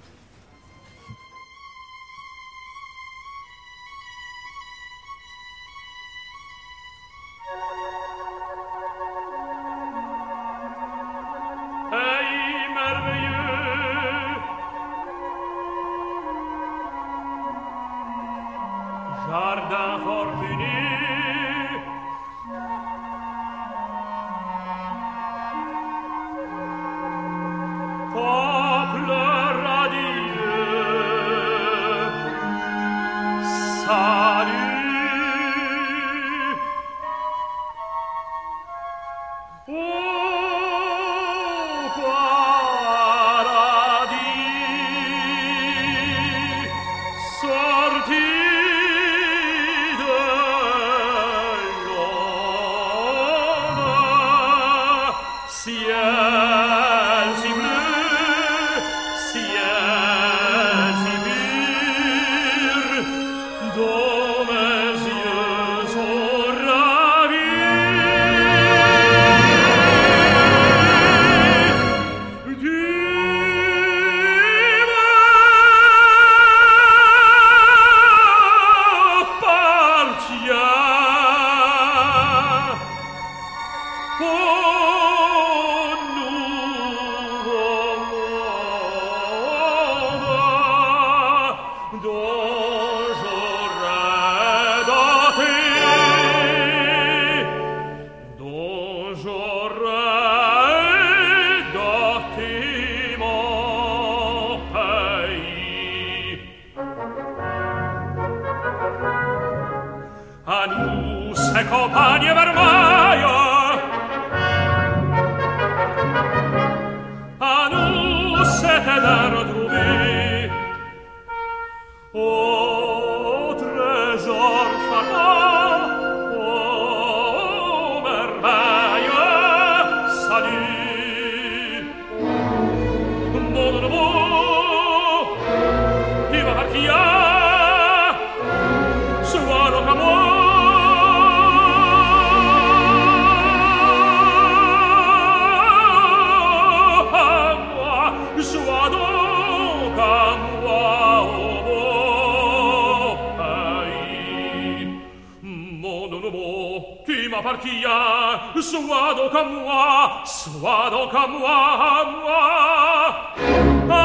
Jardin fortuné, peuple radieux, salut. Compagnie vermeille, à nous c'était de retrouver au trésor charmant, au merveille, salut, mon nouveau, qui m'appartient, soit donc à moi. Sois donc à moi, sois donc à moi, à moi.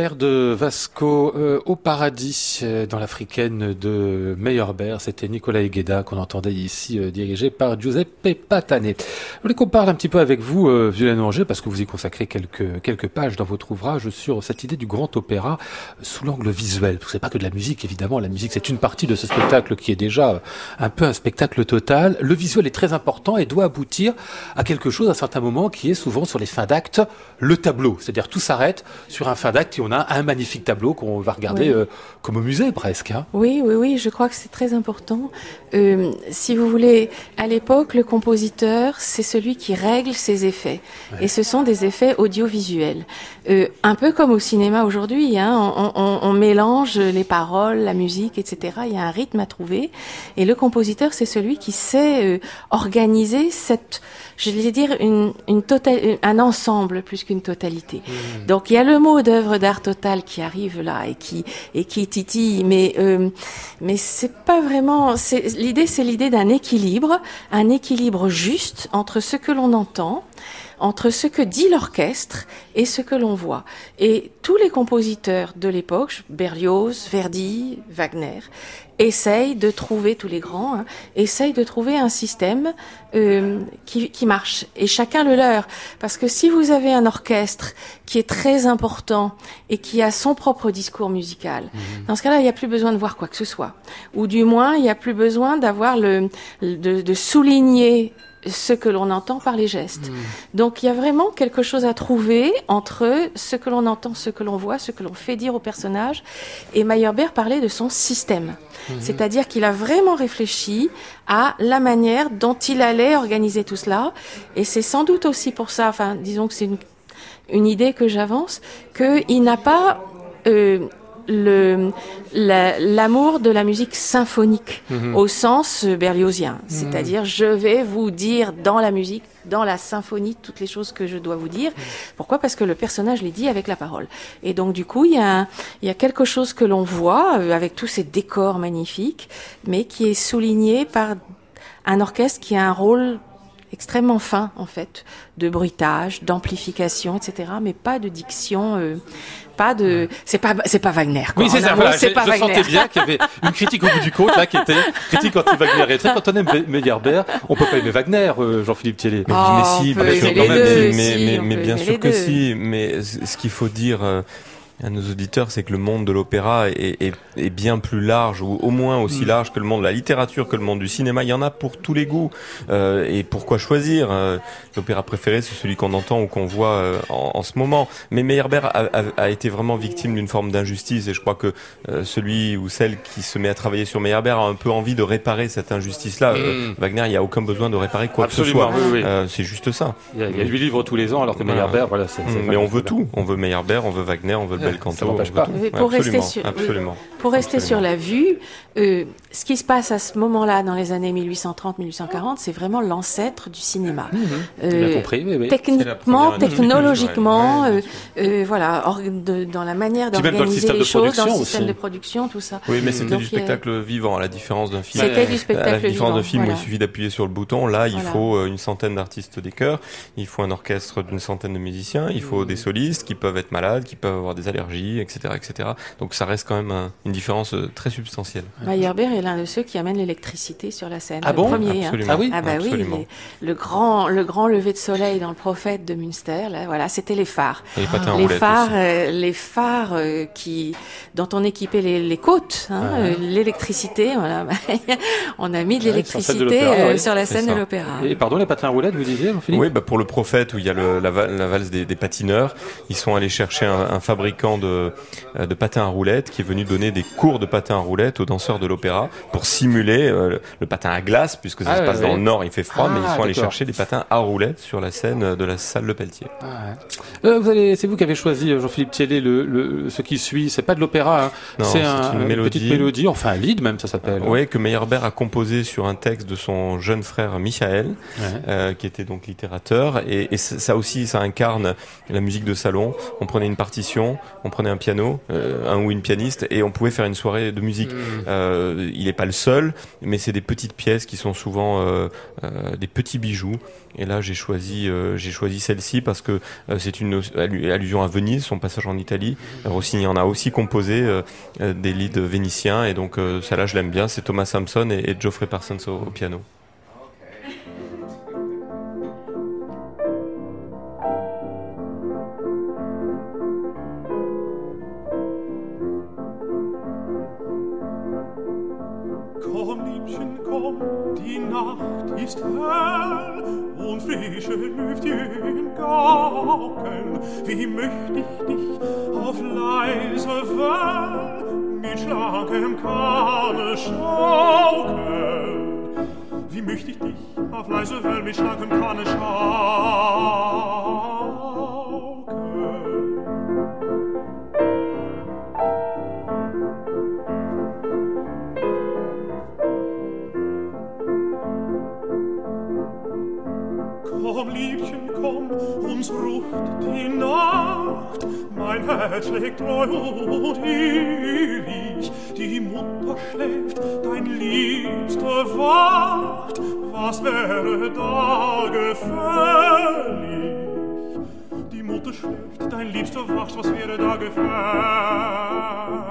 l'air de Vasco au paradis dans l'africaine de Meyerbeer. C'était Nicolas Higueda qu'on entendait ici dirigé par Giuseppe Patané. Je voulais qu'on parle un petit peu avec vous, Violaine Anger, parce que vous y consacrez quelques pages dans votre ouvrage sur cette idée du grand opéra sous l'angle visuel. C'est pas que de la musique, évidemment. La musique, c'est une partie de ce spectacle qui est déjà un peu un spectacle total. Le visuel est très important et doit aboutir à quelque chose à un certain moment qui est souvent sur les fins d'acte, le tableau. C'est-à-dire tout s'arrête sur un fin d'acte et on a un magnifique tableau qu'on va regarder comme au musée presque. Hein. Oui, je crois que c'est très important. Si vous voulez, à l'époque, le compositeur, c'est celui qui règle ses effets. Ouais. Et ce sont des effets audiovisuels. Un peu comme au cinéma aujourd'hui, hein, on mélange les paroles, la musique, etc. Il y a un rythme à trouver. Et le compositeur, c'est celui qui sait organiser je vais dire un ensemble plus qu'une totalité. Donc il y a le mot d'œuvre d'art total qui arrive là et qui titille, mais c'est pas vraiment. L'idée, c'est l'idée d'un équilibre juste entre ce que l'on entend, entre ce que dit l'orchestre et ce que l'on voit. Et tous les compositeurs de l'époque, Berlioz, Verdi, Wagner, essayent de trouver, tous les grands, essayent de trouver un système qui marche. Et chacun le leur. Parce que si vous avez un orchestre qui est très important et qui a son propre discours musical, dans ce cas-là, il n'y a plus besoin de voir quoi que ce soit. Ou du moins, il n'y a plus besoin d'avoir de souligner ce que l'on entend par les gestes. Donc il y a vraiment quelque chose à trouver entre ce que l'on entend, ce que l'on voit, ce que l'on fait dire au personnage. Et Meyerbeer parlait de son système. C'est-à-dire qu'il a vraiment réfléchi à la manière dont il allait organiser tout cela. Et c'est sans doute aussi pour ça, enfin disons que c'est une idée que j'avance, qu'il n'a pas l'amour de la musique symphonique au sens berliozien, c'est-à-dire je vais vous dire dans la musique, dans la symphonie, toutes les choses que je dois vous dire. Pourquoi ? Parce que le personnage les dit avec la parole. Et donc du coup, il y a quelque chose que l'on voit avec tous ces décors magnifiques, mais qui est souligné par un orchestre qui a un rôle extrêmement fin, en fait, de bruitage, d'amplification, etc., mais pas de diction, c'est pas Wagner, quoi. Oui, c'est ça, voilà. Je Wagner. Sentais bien qu'il y avait une critique au bout du compte, là, qui était critique anti-Wagner. Et quand on aime Meyerbeer, on peut pas aimer Wagner, Jean-Philippe Thiellet. Mais si, bien sûr, quand même. Mais bien sûr que deux. si. Mais ce qu'il faut dire, à nos auditeurs, c'est que le monde de l'opéra est bien plus large, ou au moins aussi large que le monde de la littérature, que le monde du cinéma. Il y en a pour tous les goûts. Et pourquoi choisir l'opéra préféré, c'est celui qu'on entend ou qu'on voit en ce moment. Mais Meyerbeer a été vraiment victime d'une forme d'injustice, et je crois que celui ou celle qui se met à travailler sur Meyerbeer a un peu envie de réparer cette injustice-là. Wagner, il n'y a aucun besoin de réparer quoi que ce soit. Oui. C'est juste ça. Il y a 8 livres tous les ans, alors que Meyerbeer, voilà. Mais on veut tout. On veut Meyerbeer, on veut Wagner, on veut le bel canto. Ça n'empêche pas. Pour rester sur la vue, ce qui se passe à ce moment-là, dans les années 1830-1840, c'est vraiment l'ancêtre du cinéma. Bien compris, oui. Techniquement, technologiquement, voilà, dans la manière d'organiser les choses, dans le système de production, tout ça. Oui, mais c'était du spectacle vivant, à la différence d'un film. C'était du spectacle vivant. À la différence d'un film où il suffit d'appuyer sur le bouton, là, il faut une centaine d'artistes des chœurs, il faut un orchestre d'une centaine de musiciens, il faut des solistes qui peuvent être malades, qui peuvent avoir des allergies, etc., etc. Donc ça reste quand même une différence très substantielle. Meyerbeer est l'un de ceux qui amène l'électricité sur la scène. Ah bon ? Premier, absolument. Ah oui. Ah bah absolument. Oui. Le grand lever de soleil dans le Prophète de Münster. Là, voilà, c'était les phares. Et les patins à roulettes les phares dont on équipait les côtes. L'électricité. Voilà. On a mis de l'électricité sur la scène de l'opéra. Et pardon, les patins à roulettes, vous disiez, Philippe ? Oui, pour le Prophète où il y a la valse des patineurs, ils sont allés chercher un fabricant de patins à roulettes qui est venu donner des cours de patins à roulettes aux danseurs de l'opéra pour simuler le patin à glace, puisque ça se passe dans le nord, il fait froid, mais ils sont allés chercher des patins à roulettes sur la scène de la salle Le Pelletier. C'est vous qui avez choisi, Jean-Philippe Thiellet, ce qui suit. C'est pas de l'opéra, non, c'est une petite mélodie, enfin un lied même, ça s'appelle. Oui, que Meyerbeer a composé sur un texte de son jeune frère Michael, qui était donc littérateur, et ça aussi, ça incarne la musique de salon. On prenait une partition, on prenait un piano, un ou une pianiste, et on pouvait faire une soirée de musique. Il n'est pas le seul, mais c'est des petites pièces qui sont souvent des petits bijoux. Et là, j'ai choisi celle-ci parce que c'est une allusion à Venise, son passage en Italie. Rossini en a aussi composé des lieds vénitiens, et donc celle-là, je l'aime bien. C'est Thomas Sampson et Geoffrey Parsons au piano. Komm, Liebchen, komm, die Nacht ist hell und frische Lüftchen gaukeln. Wie möcht ich dich auf leise Welle mit schlankem Kahne schaukeln? Wie möcht ich dich auf leise Welle mit schlankem Kahne schaukeln? Komm, Liebchen, komm, uns ruht die Nacht, mein Herz schlägt treu und ewig. Die Mutter schläft, dein Liebster wacht, was wäre da gefällig? Die Mutter schläft, dein Liebster wacht, was wäre da gefällig?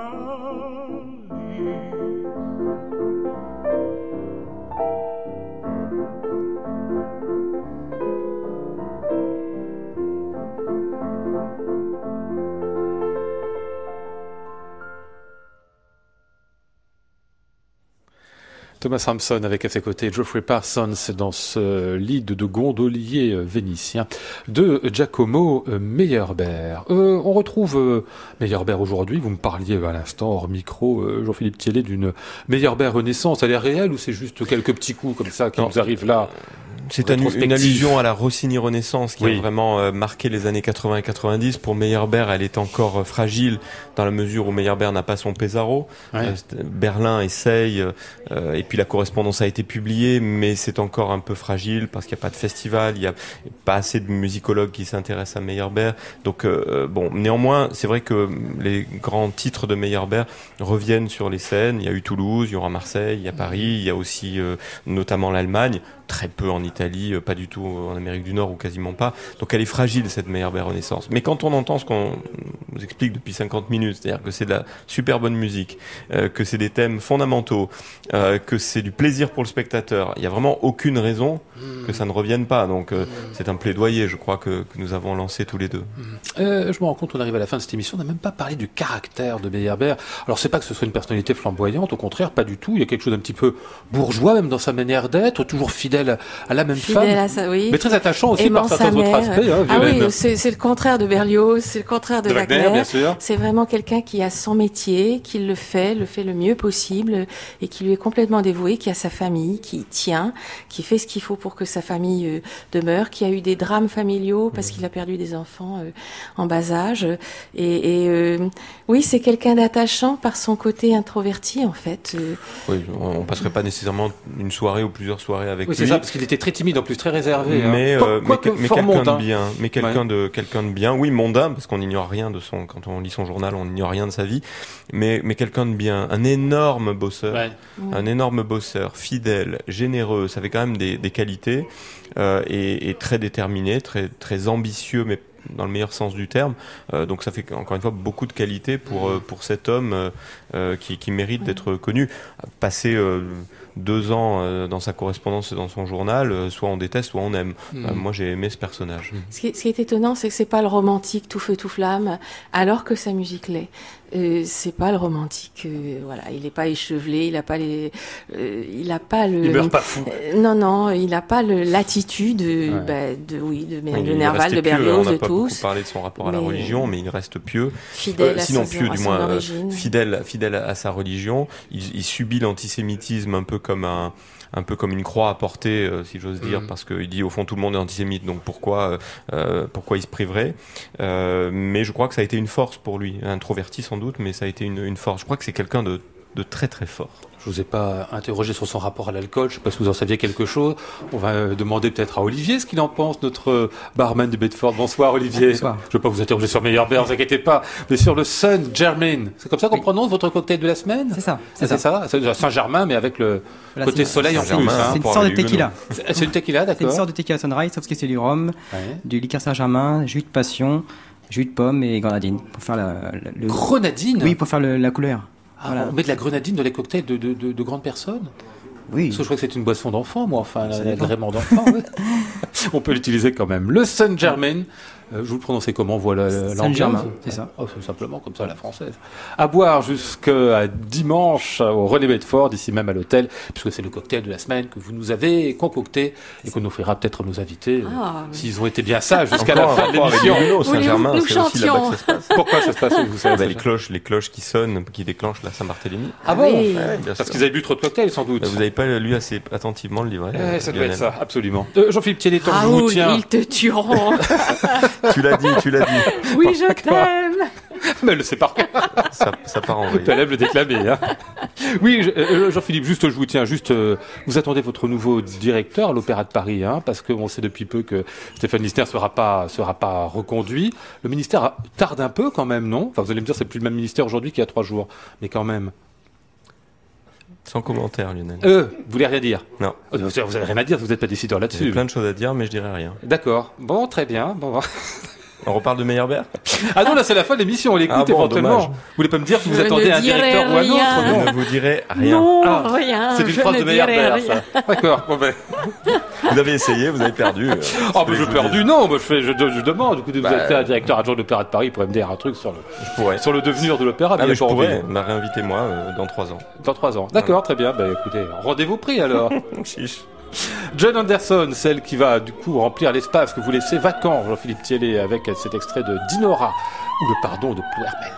Thomas Sampson avec à ses côtés Geoffrey Parsons dans ce lied de gondolier vénitien de Giacomo Meyerbeer. On retrouve Meyerbeer aujourd'hui. Vous me parliez à l'instant hors micro, Jean-Philippe Thiellet, d'une Meyerbeer renaissance. Elle est réelle ou c'est juste quelques petits coups comme ça qui nous arrivent là? C'est une allusion à la Rossini Renaissance qui a vraiment marqué les années 80 et 90. Pour Meyerbeer, elle est encore fragile dans la mesure où Meyerbeer n'a pas son Pesaro. Berlin essaye, et puis la correspondance a été publiée, mais c'est encore un peu fragile parce qu'il n'y a pas de festival, il n'y a pas assez de musicologues qui s'intéressent à Meyerbeer. Donc bon, néanmoins, c'est vrai que les grands titres de Meyerbeer reviennent sur les scènes. Il y a eu Toulouse, il y aura Marseille, il y a Paris, il y a aussi notamment l'Allemagne. Très peu en Italie, pas du tout en Amérique du Nord ou quasiment pas. Donc elle est fragile cette Meyerbeer Renaissance. Mais quand on entend ce qu'on nous explique depuis 50 minutes, c'est-à-dire que c'est de la super bonne musique, que c'est des thèmes fondamentaux, que c'est du plaisir pour le spectateur, il y a vraiment aucune raison que ça ne revienne pas. Donc c'est un plaidoyer, je crois, que nous avons lancé tous les deux. Je me rends compte, on arrive à la fin de cette émission, on n'a même pas parlé du caractère de Meyerbeer. Alors c'est pas que ce soit une personnalité flamboyante, au contraire, pas du tout. Il y a quelque chose d'un petit peu bourgeois même dans sa manière d'être, toujours fidèle à la même femme, à ça, oui. Mais très attachant aussi par certains autres aspects. Ah oui, c'est le contraire de Berlioz, c'est le contraire de Wagner. Bien sûr. C'est vraiment quelqu'un qui a son métier, qui le fait le mieux possible et qui lui est complètement dévoué, qui a sa famille, qui tient, qui fait ce qu'il faut pour que sa famille demeure, qui a eu des drames familiaux parce qu'il a perdu des enfants en bas âge. Oui, c'est quelqu'un d'attachant par son côté introverti en fait. Oui, on passerait pas nécessairement une soirée ou plusieurs soirées avec lui. C'est ça, parce qu'il était très timide, en plus très réservé. Mais quelqu'un mondain. de bien, quelqu'un de bien. Oui, mondain, parce qu'on n'ignore rien de son. Quand on lit son journal, on n'ignore rien de sa vie. Mais quelqu'un de bien, un énorme bosseur, fidèle, généreux. Ça fait quand même des qualités et très déterminé, très très ambitieux, mais dans le meilleur sens du terme. Donc ça fait encore une fois beaucoup de qualité pour cet homme qui mérite d'être connu. Passer 2 ans dans sa correspondance et dans son journal, soit on déteste, soit on aime. Moi, j'ai aimé ce personnage. Ce qui est étonnant, c'est que c'est pas le romantique tout feu tout flamme, alors que sa musique l'est. C'est pas le romantique, voilà, il est pas échevelé, il a pas le. Il meurt pas fou. Non, il a pas l'attitude de Nerval, de Berlioz, de tous. On n'a pas beaucoup parlé de son rapport à la religion, mais il reste pieux. Fidèle à sinon sa, pieux, à du son moins origine. Fidèle à sa religion. Il subit l'antisémitisme un peu comme une croix à porter, si j'ose dire, parce qu'il dit au fond tout le monde est antisémite, donc pourquoi il se priverait. Mais je crois que ça a été une force pour lui, introverti sans doute, mais ça a été une force. Je crois que c'est quelqu'un de de très très fort. Je vous ai pas interrogé sur son rapport à l'alcool, je sais pas si vous en saviez quelque chose. On va demander peut-être à Olivier ce qu'il en pense, notre barman de Bedford. Bonsoir Olivier. Bonsoir. Je ne vais pas vous interroger sur Meilleur Bear, ne vous inquiétez pas. Vous êtes sur le Saint-Germain. C'est comme ça qu'on prononce votre cocktail de la semaine ? C'est ça. C'est ça. C'est Saint-Germain, mais avec le côté soleil en plus. C'est une sorte de tequila. C'est une tequila, d'accord. C'est une sorte de tequila sunrise, sauf que c'est du rhum, du liqueur Saint-Germain, jus de passion, jus de pomme et grenadine. Pour faire le... Grenadine ? Oui, pour faire la couleur. Ah, voilà. On met de la grenadine dans les cocktails de grandes personnes ? Oui. Parce que je crois que c'est une boisson d'enfant, moi, enfin, l'agrément d'enfant. Ouais. On peut l'utiliser quand même. Le Saint-Germain, je vous le prononçais comment, voilà Saint-Germain, c'est ça. Oh, c'est simplement comme ça, la française. À boire jusqu'à dimanche au René Bedford, ici même à l'hôtel, puisque c'est le cocktail de la semaine que vous nous avez concocté et qu'on offrira peut-être à nos invités, s'ils ont été bien sages jusqu'à la fin de l'émission. Saint-Germain, c'est aussi là-bas que ça se passe. Pourquoi ça se passe, vous savez, les cloches qui sonnent, qui déclenchent la Saint-Barthélemy. Ah bon ? Oui. Parce qu'ils avaient bu trop de cocktails, sans doute. Vous n'avez pas lu assez attentivement le livret. Ça doit être ça, absolument. Jean-Philippe Thiellet, tant que je Raoul, vous tiens... ils te tueront. Tu l'as dit. Oui, je t'aime. Mais elle le sait par cœur. Ça part en vrille. Elle aime le déclamer. Hein. Oui, Jean-Philippe, juste, je vous tiens. Vous attendez votre nouveau directeur à l'Opéra de Paris, hein, parce qu'on sait depuis peu que Stéphane Listner sera pas reconduit. Le ministère tarde un peu quand même, non ? Enfin, vous allez me dire, c'est plus le même ministère aujourd'hui qu'il y a 3 jours, mais quand même. Sans commentaire, Lionel. Vous voulez rien dire ? Non. Vous avez rien à dire, vous n'êtes pas décideur là-dessus. J'ai plein de choses à dire, mais je dirai rien. D'accord. Bon, très bien. Bon. On reparle de Meilleur Bear ? Ah non, là c'est la fin de l'émission, on l'écoute éventuellement. Dommage. Vous voulez pas me dire que vous Je attendez ne un directeur ou un dirai autre ? rien. Non. Je ne vous dirai rien. Non, rien. C'est une je phrase ne de Meilleur dirai Bear, rien. ça. D'accord. Bon ben. Vous avez essayé, vous avez perdu. Oh, mais je perdu, non, moi je demande. Du coup, vous êtes un directeur adjoint de l'Opéra de Paris, il pourrait me dire un truc sur le devenir de l'opéra. Mais je pourrais, réinvitez-moi dans 3 ans. Dans 3 ans. D'accord, très bien. Ben écoutez, rendez-vous pris alors. Chiche. John Anderson, celle qui va du coup remplir l'espace que vous laissez vacant, Jean-Philippe Thiellet, avec cet extrait de Dinora ou le pardon de Plouermel.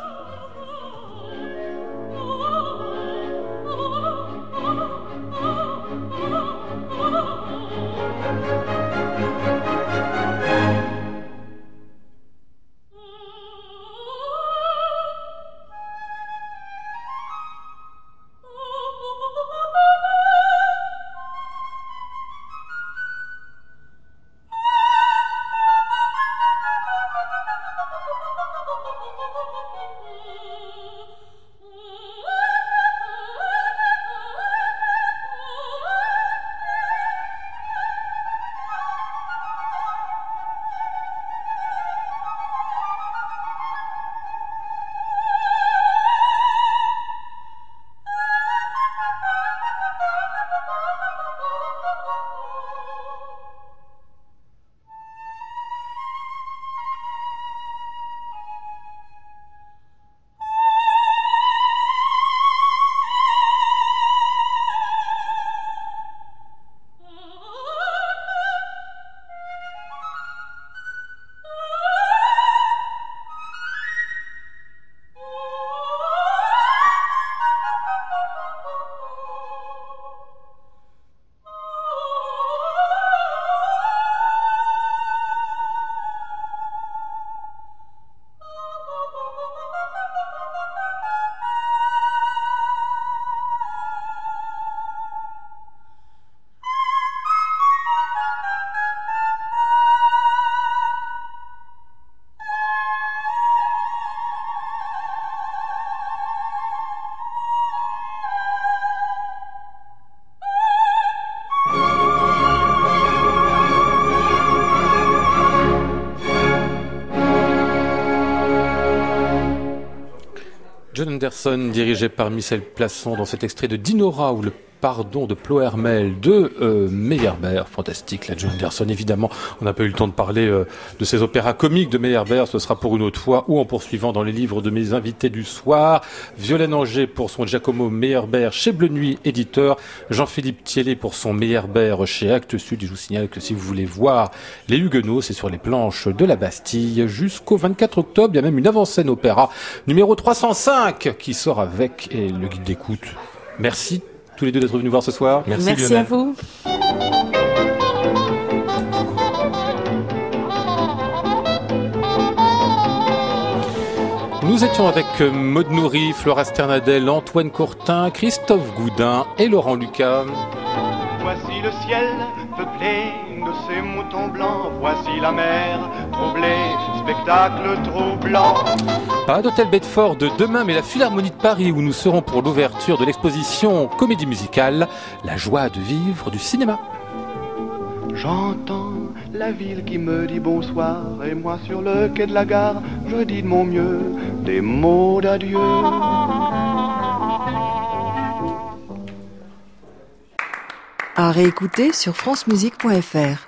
John Anderson, dirigé par Michel Plasson, dans cet extrait de Dinora ou le pardon de Plouermel de Meyerbeer. Fantastique, la John Anderson, évidemment. On n'a pas eu le temps de parler de ces opéras comiques de Meyerbeer. Ce sera pour une autre fois ou en poursuivant dans les livres de mes invités du soir. Violaine Angers pour son Giacomo Meyerbeer chez Bleu Nuit, éditeur. Jean-Philippe Thiellet pour son Meyerbeer chez Actes Sud. Je vous signale que si vous voulez voir Les Huguenots, c'est sur les planches de la Bastille jusqu'au 24 octobre. Il y a même une avant-scène opéra numéro 305 qui sort avec et le guide d'écoute. Merci tous les deux d'être venus voir ce soir. Merci à vous. Nous étions avec Maud Nourri, Flora Sternadel, Antoine Courtin, Christophe Goudin et Laurent Lucas. Voici le ciel peuplé de ces moutons blancs. Voici la mer troublée, spectacle troublant. Pas d'hôtel Bedford demain, mais la Philharmonie de Paris où nous serons pour l'ouverture de l'exposition Comédie musicale, la joie de vivre du cinéma. J'entends la ville qui me dit bonsoir, et moi sur le quai de la gare, je dis de mon mieux des mots d'adieu. À réécouter sur francemusique.fr.